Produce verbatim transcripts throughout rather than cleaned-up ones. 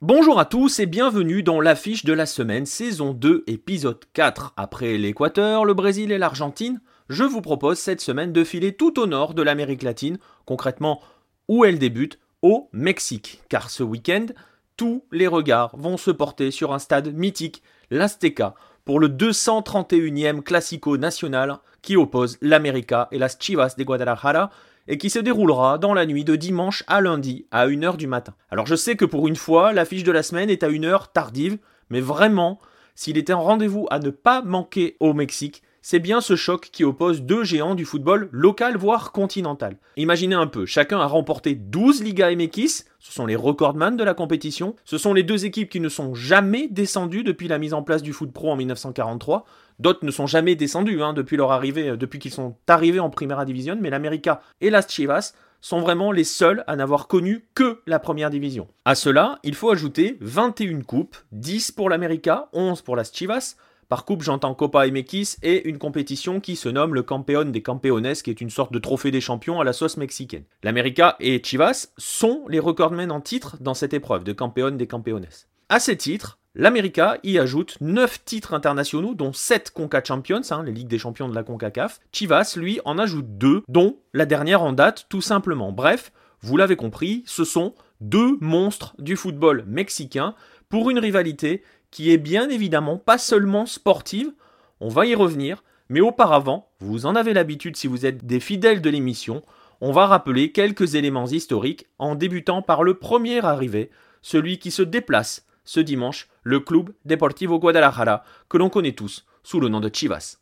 Bonjour à tous et bienvenue dans l'affiche de la semaine, saison deux, épisode quatre. Après l'Équateur, le Brésil et l'Argentine, je vous propose cette semaine de filer tout au nord de l'Amérique latine, concrètement où elle débute, au Mexique. Car ce week-end, tous les regards vont se porter sur un stade mythique, l'Azteca, pour le deux cent trente et unième Classico national qui oppose l'América et las Chivas de Guadalajara, et qui se déroulera dans la nuit de dimanche à lundi à une heure du matin. Alors je sais que pour une fois, l'affiche de la semaine est à une heure tardive, mais vraiment, s'il était un rendez-vous à ne pas manquer au Mexique, c'est bien ce choc qui oppose deux géants du football local voire continental. Imaginez un peu, chacun a remporté douze Liga M X, ce sont les recordman de la compétition, ce sont les deux équipes qui ne sont jamais descendues depuis la mise en place du foot pro en dix-neuf cent quarante-trois, d'autres ne sont jamais descendus hein, depuis leur arrivée, depuis qu'ils sont arrivés en Primera Division, mais l'América et las Chivas sont vraiment les seuls à n'avoir connu que la première division. À cela, il faut ajouter vingt et une coupes, dix pour l'América, onze pour las Chivas. Par coupe, j'entends Copa M X et une compétition qui se nomme le Campeón de Campeones, qui est une sorte de trophée des champions à la sauce mexicaine. L'América et Chivas sont les recordmen en titre dans cette épreuve de Campeón de Campeones. À ces titres, l'América y ajoute neuf titres internationaux, dont sept Conca Champions, hein, les ligues des champions de la CONCACAF. Chivas, lui, en ajoute deux, dont la dernière en date, tout simplement. Bref, vous l'avez compris, ce sont deux monstres du football mexicain pour une rivalité qui est bien évidemment pas seulement sportive, on va y revenir, mais auparavant, vous en avez l'habitude si vous êtes des fidèles de l'émission, on va rappeler quelques éléments historiques en débutant par le premier arrivé, celui qui se déplace ce dimanche, le Club Deportivo Guadalajara, que l'on connaît tous sous le nom de Chivas.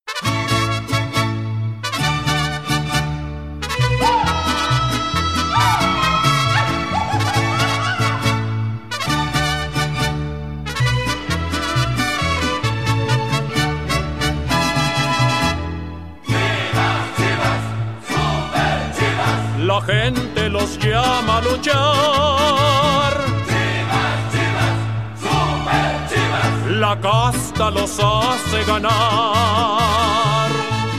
La gente los llama a luchar. Chivas, Chivas, super Chivas. La casta los hace ganar.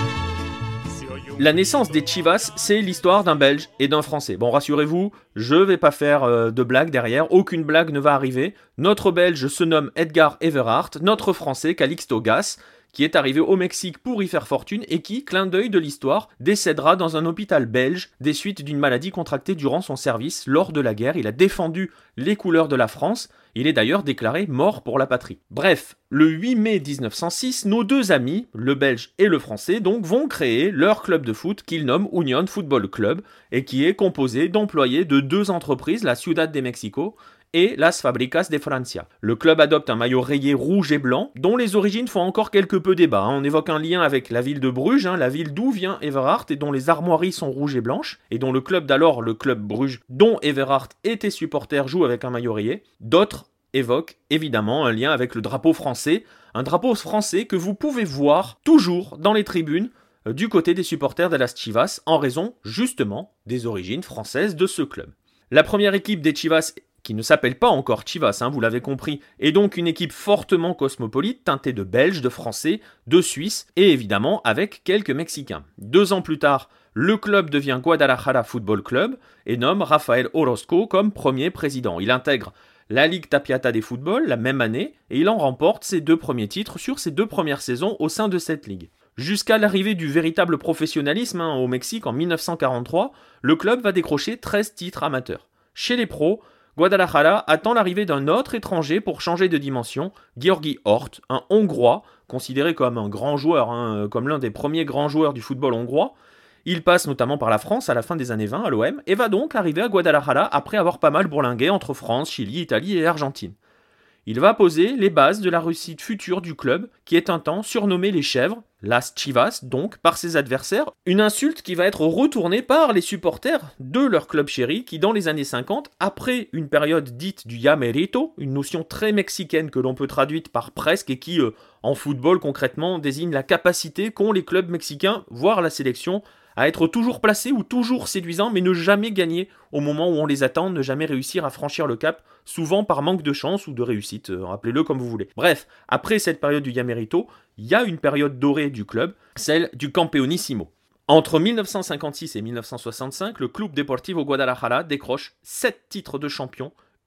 La naissance des Chivas, c'est l'histoire d'un Belge et d'un Français. Bon, rassurez-vous, je vais pas faire euh, de blague derrière, aucune blague ne va arriver. Notre Belge se nomme Edgar Everhart, notre Français Calixto Gas, qui est arrivé au Mexique pour y faire fortune et qui, clin d'œil de l'histoire, décédera dans un hôpital belge des suites d'une maladie contractée durant son service lors de la guerre. Il a défendu les couleurs de la France, il est d'ailleurs déclaré mort pour la patrie. Bref, le huit mai dix-neuf cent six, nos deux amis, le Belge et le Français, donc, vont créer leur club de foot qu'ils nomment Union Football Club et qui est composé d'employés de deux entreprises, la Ciudad de México et Las Fábricas de Francia. Le club adopte un maillot rayé rouge et blanc, dont les origines font encore quelque peu débat. On évoque un lien avec la ville de Bruges, hein, la ville d'où vient Everhart, et dont les armoiries sont rouges et blanches, et dont le club d'alors, le club Bruges, dont Everhart était supporter, joue avec un maillot rayé. D'autres évoquent évidemment un lien avec le drapeau français, un drapeau français que vous pouvez voir toujours dans les tribunes euh, du côté des supporters de las Chivas, en raison justement des origines françaises de ce club. La première équipe des Chivas, qui ne s'appelle pas encore Chivas, hein, vous l'avez compris, est donc une équipe fortement cosmopolite, teintée de Belges, de Français, de Suisses, et évidemment avec quelques Mexicains. Deux ans plus tard, le club devient Guadalajara Football Club et nomme Rafael Orozco comme premier président. Il intègre la Ligue Tapiata des footballs la même année, et il en remporte ses deux premiers titres sur ses deux premières saisons au sein de cette ligue. Jusqu'à l'arrivée du véritable professionnalisme hein, au Mexique en dix-neuf cent quarante-trois, le club va décrocher treize titres amateurs. Chez les pros, Guadalajara attend l'arrivée d'un autre étranger pour changer de dimension, György Hort, un Hongrois, considéré comme un grand joueur, hein, comme l'un des premiers grands joueurs du football hongrois. Il passe notamment par la France à la fin des années vingt à l'O M et va donc arriver à Guadalajara après avoir pas mal bourlingué entre France, Chili, Italie et Argentine. Il va poser les bases de la réussite future du club, qui est un temps surnommé les Chèvres, las Chivas donc, par ses adversaires, une insulte qui va être retournée par les supporters de leur club chéri, qui dans les années cinquante, après une période dite du ya merito, une notion très mexicaine que l'on peut traduire par presque et qui, euh, en football concrètement, désigne la capacité qu'ont les clubs mexicains, voire la sélection, à être toujours placés ou toujours séduisants, mais ne jamais gagner au moment où on les attend, ne jamais réussir à franchir le cap, souvent par manque de chance ou de réussite, euh, appelez-le comme vous voulez. Bref, après cette période du ya merito, il y a une période dorée du club, celle du Campeonissimo. Entre dix-neuf cent cinquante-six et dix-neuf cent soixante-cinq, le Club Deportivo Guadalajara décroche sept titres de champion,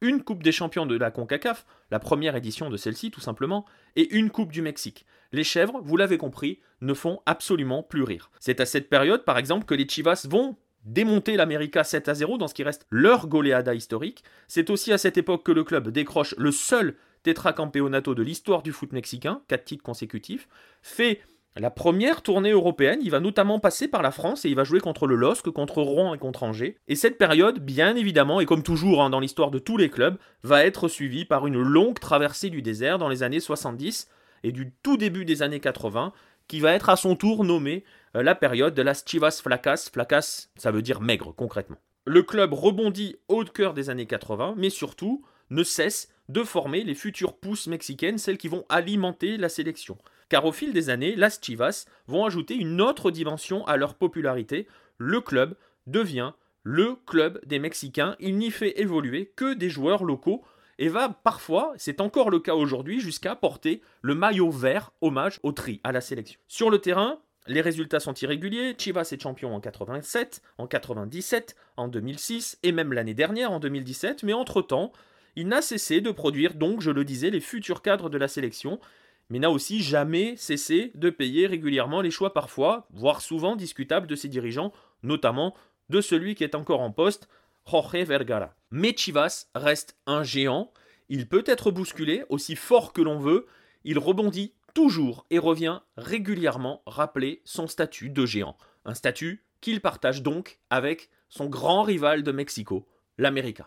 une Coupe des champions de la CONCACAF, la première édition de celle-ci tout simplement, et une Coupe du Mexique. Les chèvres, vous l'avez compris, ne font absolument plus rire. C'est à cette période, par exemple, que les Chivas vont démonter l'América sept à zéro dans ce qui reste leur goleada historique. C'est aussi à cette époque que le club décroche le seul tétracampeonato de l'histoire du foot mexicain, quatre titres consécutifs, fait la première tournée européenne, il va notamment passer par la France et il va jouer contre le L O S C, contre Rouen et contre Angers. Et cette période, bien évidemment, et comme toujours hein, dans l'histoire de tous les clubs, va être suivie par une longue traversée du désert dans les années soixante-dix et du tout début des années quatre-vingts, qui va être à son tour nommée euh, la période de las Chivas Flacas. Flacas, ça veut dire maigre concrètement. Le club rebondit au cœur des années quatre-vingts, mais surtout ne cesse de former les futures pousses mexicaines, celles qui vont alimenter la sélection. Car au fil des années, las Chivas vont ajouter une autre dimension à leur popularité. Le club devient le club des Mexicains. Il n'y fait évoluer que des joueurs locaux et va parfois, c'est encore le cas aujourd'hui, jusqu'à porter le maillot vert, hommage au tri, à la sélection. Sur le terrain, les résultats sont irréguliers. Chivas est champion en quatre-vingt-sept, en quatre-vingt-dix-sept, en deux mille six et même l'année dernière en deux mille dix-sept. Mais entre-temps, il n'a cessé de produire, donc je le disais, les futurs cadres de la sélection, mais n'a aussi jamais cessé de payer régulièrement les choix parfois, voire souvent discutables de ses dirigeants, notamment de celui qui est encore en poste, Jorge Vergara. Mais Chivas reste un géant, il peut être bousculé, aussi fort que l'on veut, il rebondit toujours et revient régulièrement rappeler son statut de géant. Un statut qu'il partage donc avec son grand rival de Mexico, l'América.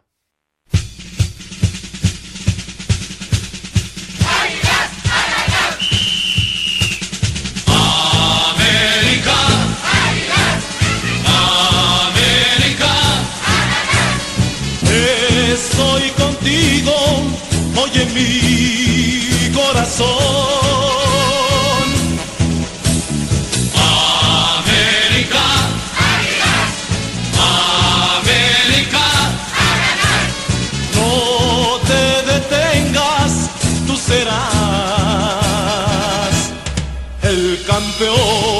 Estoy contigo, oye mi corazón. América, América, no te detengas, tú serás el campeón.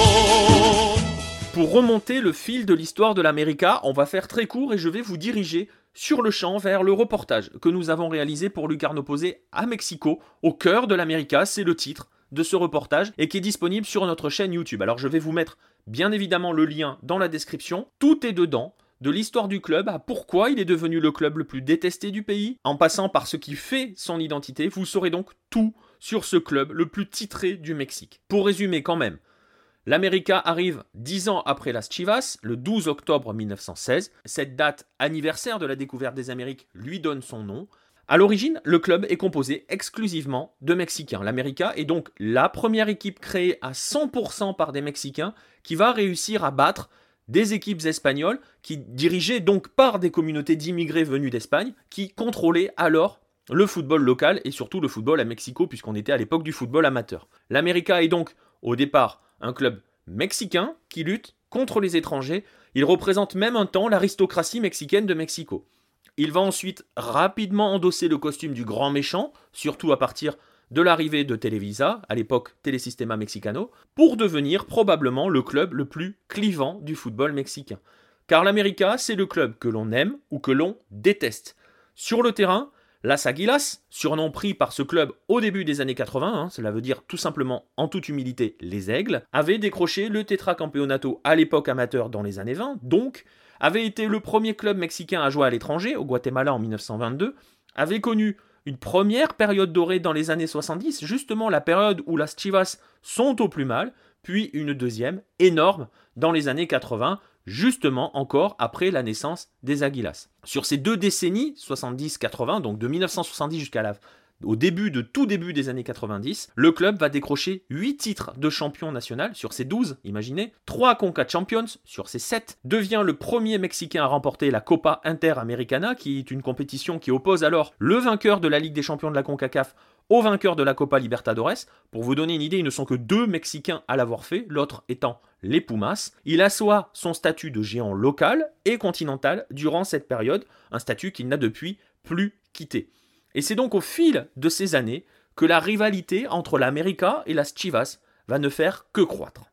Pour remonter le fil de l'histoire de l'América, on va faire très court et je vais vous diriger sur le champ vers le reportage que nous avons réalisé pour Lucarne Opposée à Mexico, au cœur de l'América, c'est le titre de ce reportage et qui est disponible sur notre chaîne YouTube. Alors je vais vous mettre bien évidemment le lien dans la description, tout est dedans, de l'histoire du club à pourquoi il est devenu le club le plus détesté du pays, en passant par ce qui fait son identité, vous saurez donc tout sur ce club le plus titré du Mexique. Pour résumer quand même, l'América arrive dix ans après las Chivas, le douze octobre mille neuf cent seize. Cette date anniversaire de la découverte des Amériques lui donne son nom. À l'origine, le club est composé exclusivement de Mexicains. L'América est donc la première équipe créée à cent pour cent par des Mexicains qui va réussir à battre des équipes espagnoles qui dirigées donc par des communautés d'immigrés venus d'Espagne qui contrôlaient alors le football local et surtout le football à Mexico puisqu'on était à l'époque du football amateur. L'América est donc au départ un club mexicain qui lutte contre les étrangers. Il représente même un temps l'aristocratie mexicaine de Mexico. Il va ensuite rapidement endosser le costume du grand méchant, surtout à partir de l'arrivée de Televisa, à l'époque Telesistema Mexicano, pour devenir probablement le club le plus clivant du football mexicain. Car l'América, c'est le club que l'on aime ou que l'on déteste. Sur le terrain, las Águilas, surnom pris par ce club au début des années quatre-vingts, hein, cela veut dire tout simplement en toute humilité les aigles, avait décroché le tétracampeonato à l'époque amateur dans les années vingt, donc avait été le premier club mexicain à jouer à l'étranger, au Guatemala en mille neuf cent vingt-deux, avait connu une première période dorée dans les années soixante-dix, justement la période où las Chivas sont au plus mal, puis une deuxième énorme dans les années quatre-vingts, justement encore après la naissance des Águilas. Sur ces deux décennies, soixante-dix quatre-vingts, donc de mille neuf cent soixante-dix jusqu'à la, au début de tout début des années quatre-vingt-dix, le club va décrocher huit titres de champion national sur ces douze, imaginez, trois Conca Champions sur ces sept, devient le premier Mexicain à remporter la Copa Interamericana, qui est une compétition qui oppose alors le vainqueur de la Ligue des champions de la CONCACAF au vainqueur de la Copa Libertadores. Pour vous donner une idée, ils ne sont que deux Mexicains à l'avoir fait, l'autre étant les Pumas. Il assoit son statut de géant local et continental durant cette période, un statut qu'il n'a depuis plus quitté. Et c'est donc au fil de ces années que la rivalité entre l'América et las Chivas va ne faire que croître.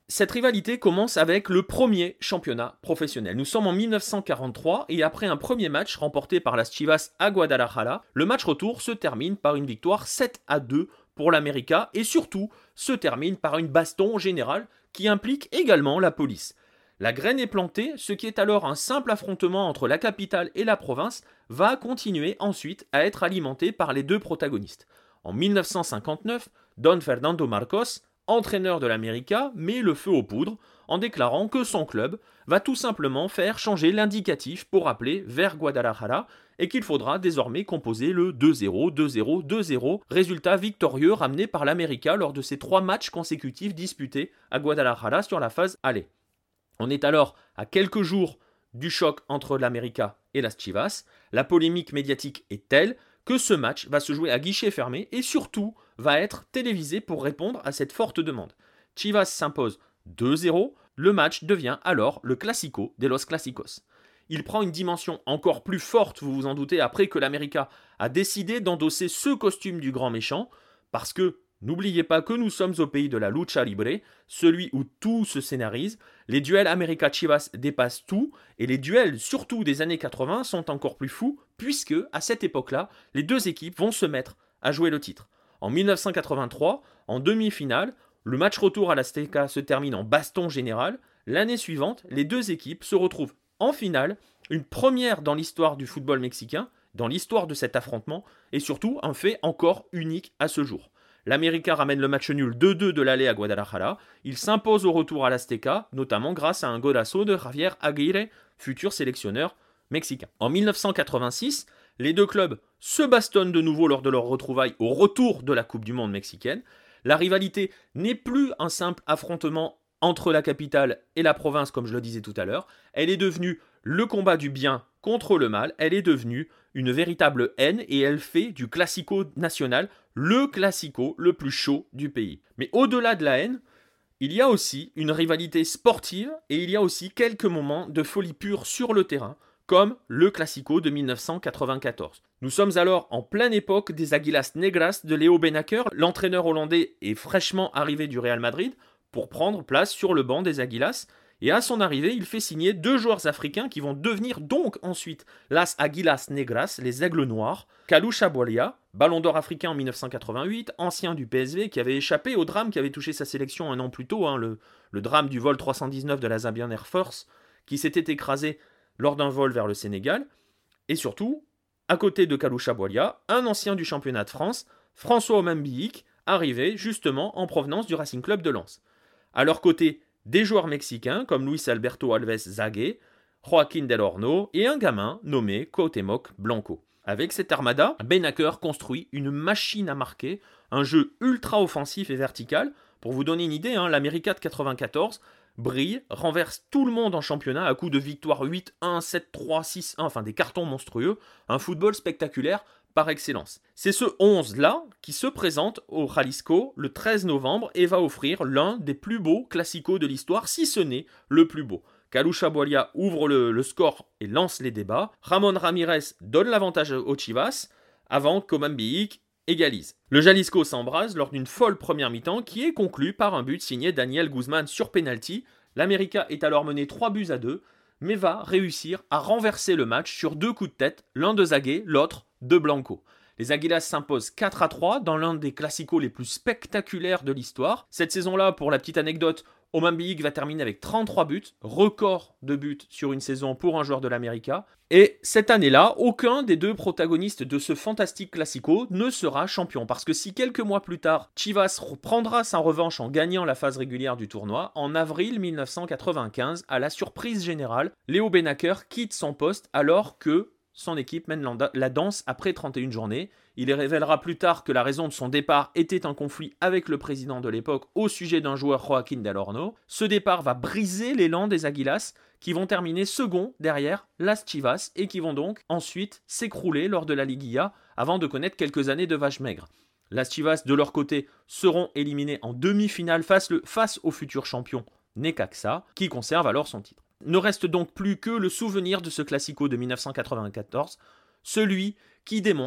Cette rivalité commence avec le premier championnat professionnel. Nous sommes en mille neuf cent quarante-trois et après un premier match remporté par las Chivas à Guadalajara, le match retour se termine par une victoire sept à deux pour l'América et surtout se termine par une baston générale qui implique également la police. La graine est plantée, ce qui est alors un simple affrontement entre la capitale et la province va continuer ensuite à être alimenté par les deux protagonistes. En mille neuf cent cinquante-neuf, Don Fernando Marcos, entraîneur de l'América, met le feu aux poudres en déclarant que son club va tout simplement faire changer l'indicatif pour appeler vers Guadalajara et qu'il faudra désormais composer le deux zéro, deux zéro, deux zéro, résultat victorieux ramené par l'América lors de ses trois matchs consécutifs disputés à Guadalajara sur la phase aller. On est alors à quelques jours du choc entre l'América et las Chivas. La polémique médiatique est telle que ce match va se jouer à guichet fermé et surtout va être télévisé pour répondre à cette forte demande. Chivas s'impose deux zéro, le match devient alors le Clásico de los Clásicos. Il prend une dimension encore plus forte, vous vous en doutez, après que l'América a décidé d'endosser ce costume du grand méchant, parce que n'oubliez pas que nous sommes au pays de la lucha libre, celui où tout se scénarise. Les duels América-Chivas dépassent tout, et les duels, surtout des années quatre-vingts, sont encore plus fous, puisque, à cette époque-là, les deux équipes vont se mettre à jouer le titre. En mille neuf cent quatre-vingt-trois, en demi-finale, le match retour à l'Azteca se termine en baston général. L'année suivante, les deux équipes se retrouvent en finale, une première dans l'histoire du football mexicain, dans l'histoire de cet affrontement, et surtout un fait encore unique à ce jour. L'América ramène le match nul deux deux de l'aller à Guadalajara. Il s'impose au retour à l'Azteca, notamment grâce à un golazo de Javier Aguirre, futur sélectionneur mexicain. En mille neuf cent quatre-vingt-six, les deux clubs se bastonnent de nouveau lors de leur retrouvaille au retour de la Coupe du Monde mexicaine. La rivalité n'est plus un simple affrontement entre la capitale et la province, comme je le disais tout à l'heure. Elle est devenue le combat du bien contre le mal. Elle est devenue une véritable haine et elle fait du Classico national le Classico le plus chaud du pays. Mais au-delà de la haine, il y a aussi une rivalité sportive et il y a aussi quelques moments de folie pure sur le terrain, comme le Classico de mille neuf cent quatre-vingt-quatorze. Nous sommes alors en pleine époque des Águilas Negras de Leo Benaker. L'entraîneur hollandais est fraîchement arrivé du Real Madrid pour prendre place sur le banc des Águilas. Et à son arrivée, il fait signer deux joueurs africains qui vont devenir donc ensuite las Águilas Negras, les aigles noirs. Kalou Chabolia, ballon d'or africain en mille neuf cent quatre-vingt-huit, ancien du P S V, qui avait échappé au drame qui avait touché sa sélection un an plus tôt, hein, le, le drame du vol trois cent dix-neuf de la Zambian Air Force, qui s'était écrasé lors d'un vol vers le Sénégal. Et surtout, à côté de Kalou Chabolia, un ancien du championnat de France, François Omambiik, arrivé justement en provenance du Racing Club de Lens. À leur côté, des joueurs mexicains comme Luis Alberto Alves Zague, Joaquín del Horno et un gamin nommé Cuauhtémoc Blanco. Avec cette armada, Benaker construit une machine à marquer, un jeu ultra offensif et vertical. Pour vous donner une idée, hein, l'América de quatre-vingt-quatorze brille, renverse tout le monde en championnat à coups de victoires huit un, sept trois, six un, enfin des cartons monstrueux, un football spectaculaire par excellence. C'est ce onze-là qui se présente au Jalisco le treize novembre et va offrir l'un des plus beaux classicos de l'histoire, si ce n'est le plus beau. Kalou Chabolia ouvre le, le score et lance les débats. Ramon Ramirez donne l'avantage aux Chivas avant qu'Omambiik égalise. Le Jalisco s'embrase lors d'une folle première mi-temps qui est conclue par un but signé Daniel Guzman sur penalty. L'América est alors mené trois buts à deux, mais va réussir à renverser le match sur deux coups de tête, l'un de Zague, l'autre de Blanco. Les Águilas s'imposent quatre à trois dans l'un des classicos les plus spectaculaires de l'histoire. Cette saison-là, pour la petite anecdote, Omambiik va terminer avec trente-trois buts, record de buts sur une saison pour un joueur de l'América. Et cette année-là, aucun des deux protagonistes de ce fantastique classico ne sera champion. Parce que si quelques mois plus tard, Chivas prendra sa revanche en gagnant la phase régulière du tournoi, en avril mille neuf cent quatre-vingt-quinze, à la surprise générale, Leo Benaker quitte son poste alors que son équipe mène la danse après trente et une journées. Il révélera plus tard que la raison de son départ était un conflit avec le président de l'époque au sujet d'un joueur, Joaquín del Horno. Ce départ va briser l'élan des Águilas qui vont terminer second derrière las Chivas et qui vont donc ensuite s'écrouler lors de la Liguilla avant de connaître quelques années de vaches maigres. Las Chivas, de leur côté, seront éliminés en demi-finale face, le, face au futur champion Necaxa qui conserve alors son titre. Ne reste donc plus que le souvenir de ce classico de mille neuf cent quatre-vingt-quatorze, celui qui démontre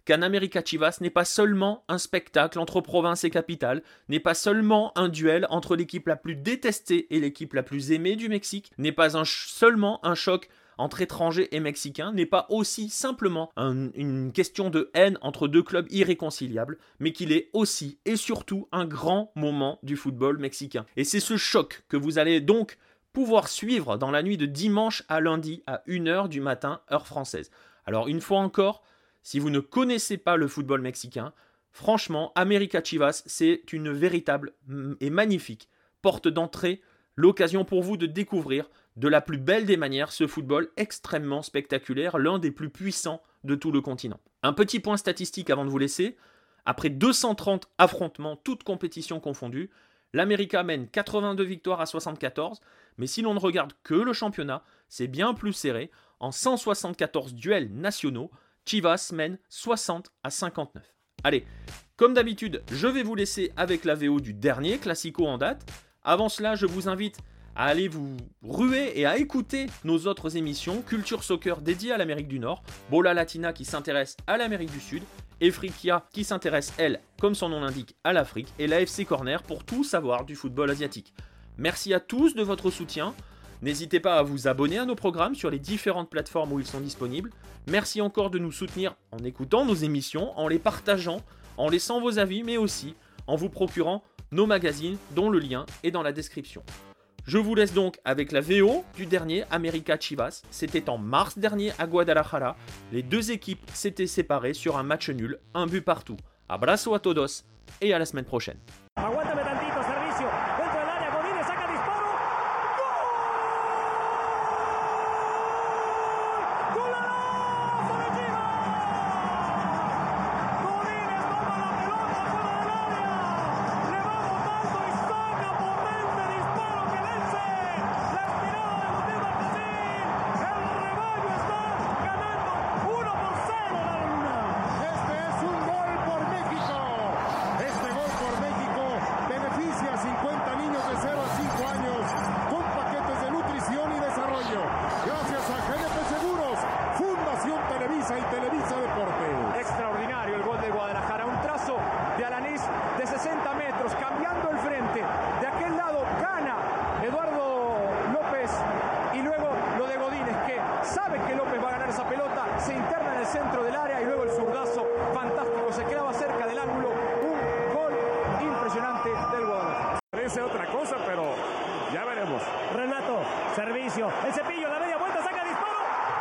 Televisa y Televisa Deportes. Extraordinario el gol de Guadalajara, un trazo de Alanís de sesenta metros, cambiando el frente. De aquel lado gana Eduardo López y luego lo de Godínez, que sabe que López va a ganar esa pelota, se interna en el centro del área y luego el zurdazo fantástico, se quedaba cerca del ángulo. Un gol impresionante del Guadalajara. Parece otra cosa, pero ya veremos. Renato, servicio, el cepillo, la media vuelta, saca disparo.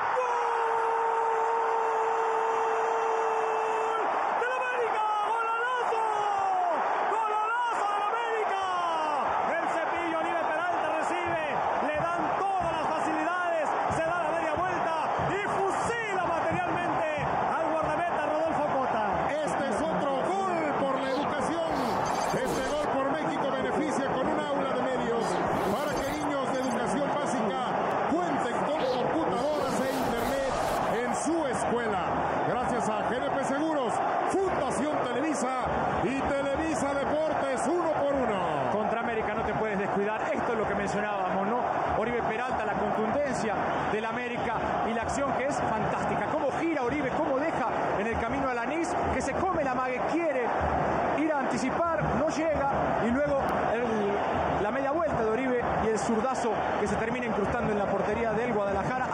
Gracias a G N P Seguros, Fundación Televisa y Televisa Deportes, uno por uno. Contra América no te puedes descuidar, esto es lo que mencionábamos, ¿no? Oribe Peralta, la contundencia del América y la acción que es fantástica. Cómo gira Oribe, cómo deja en el camino a Alanís, que se come la mague, quiere ir a anticipar, no llega, y luego el, la media vuelta de Oribe y el zurdazo que se termina incrustando en la portería del Guadalajara.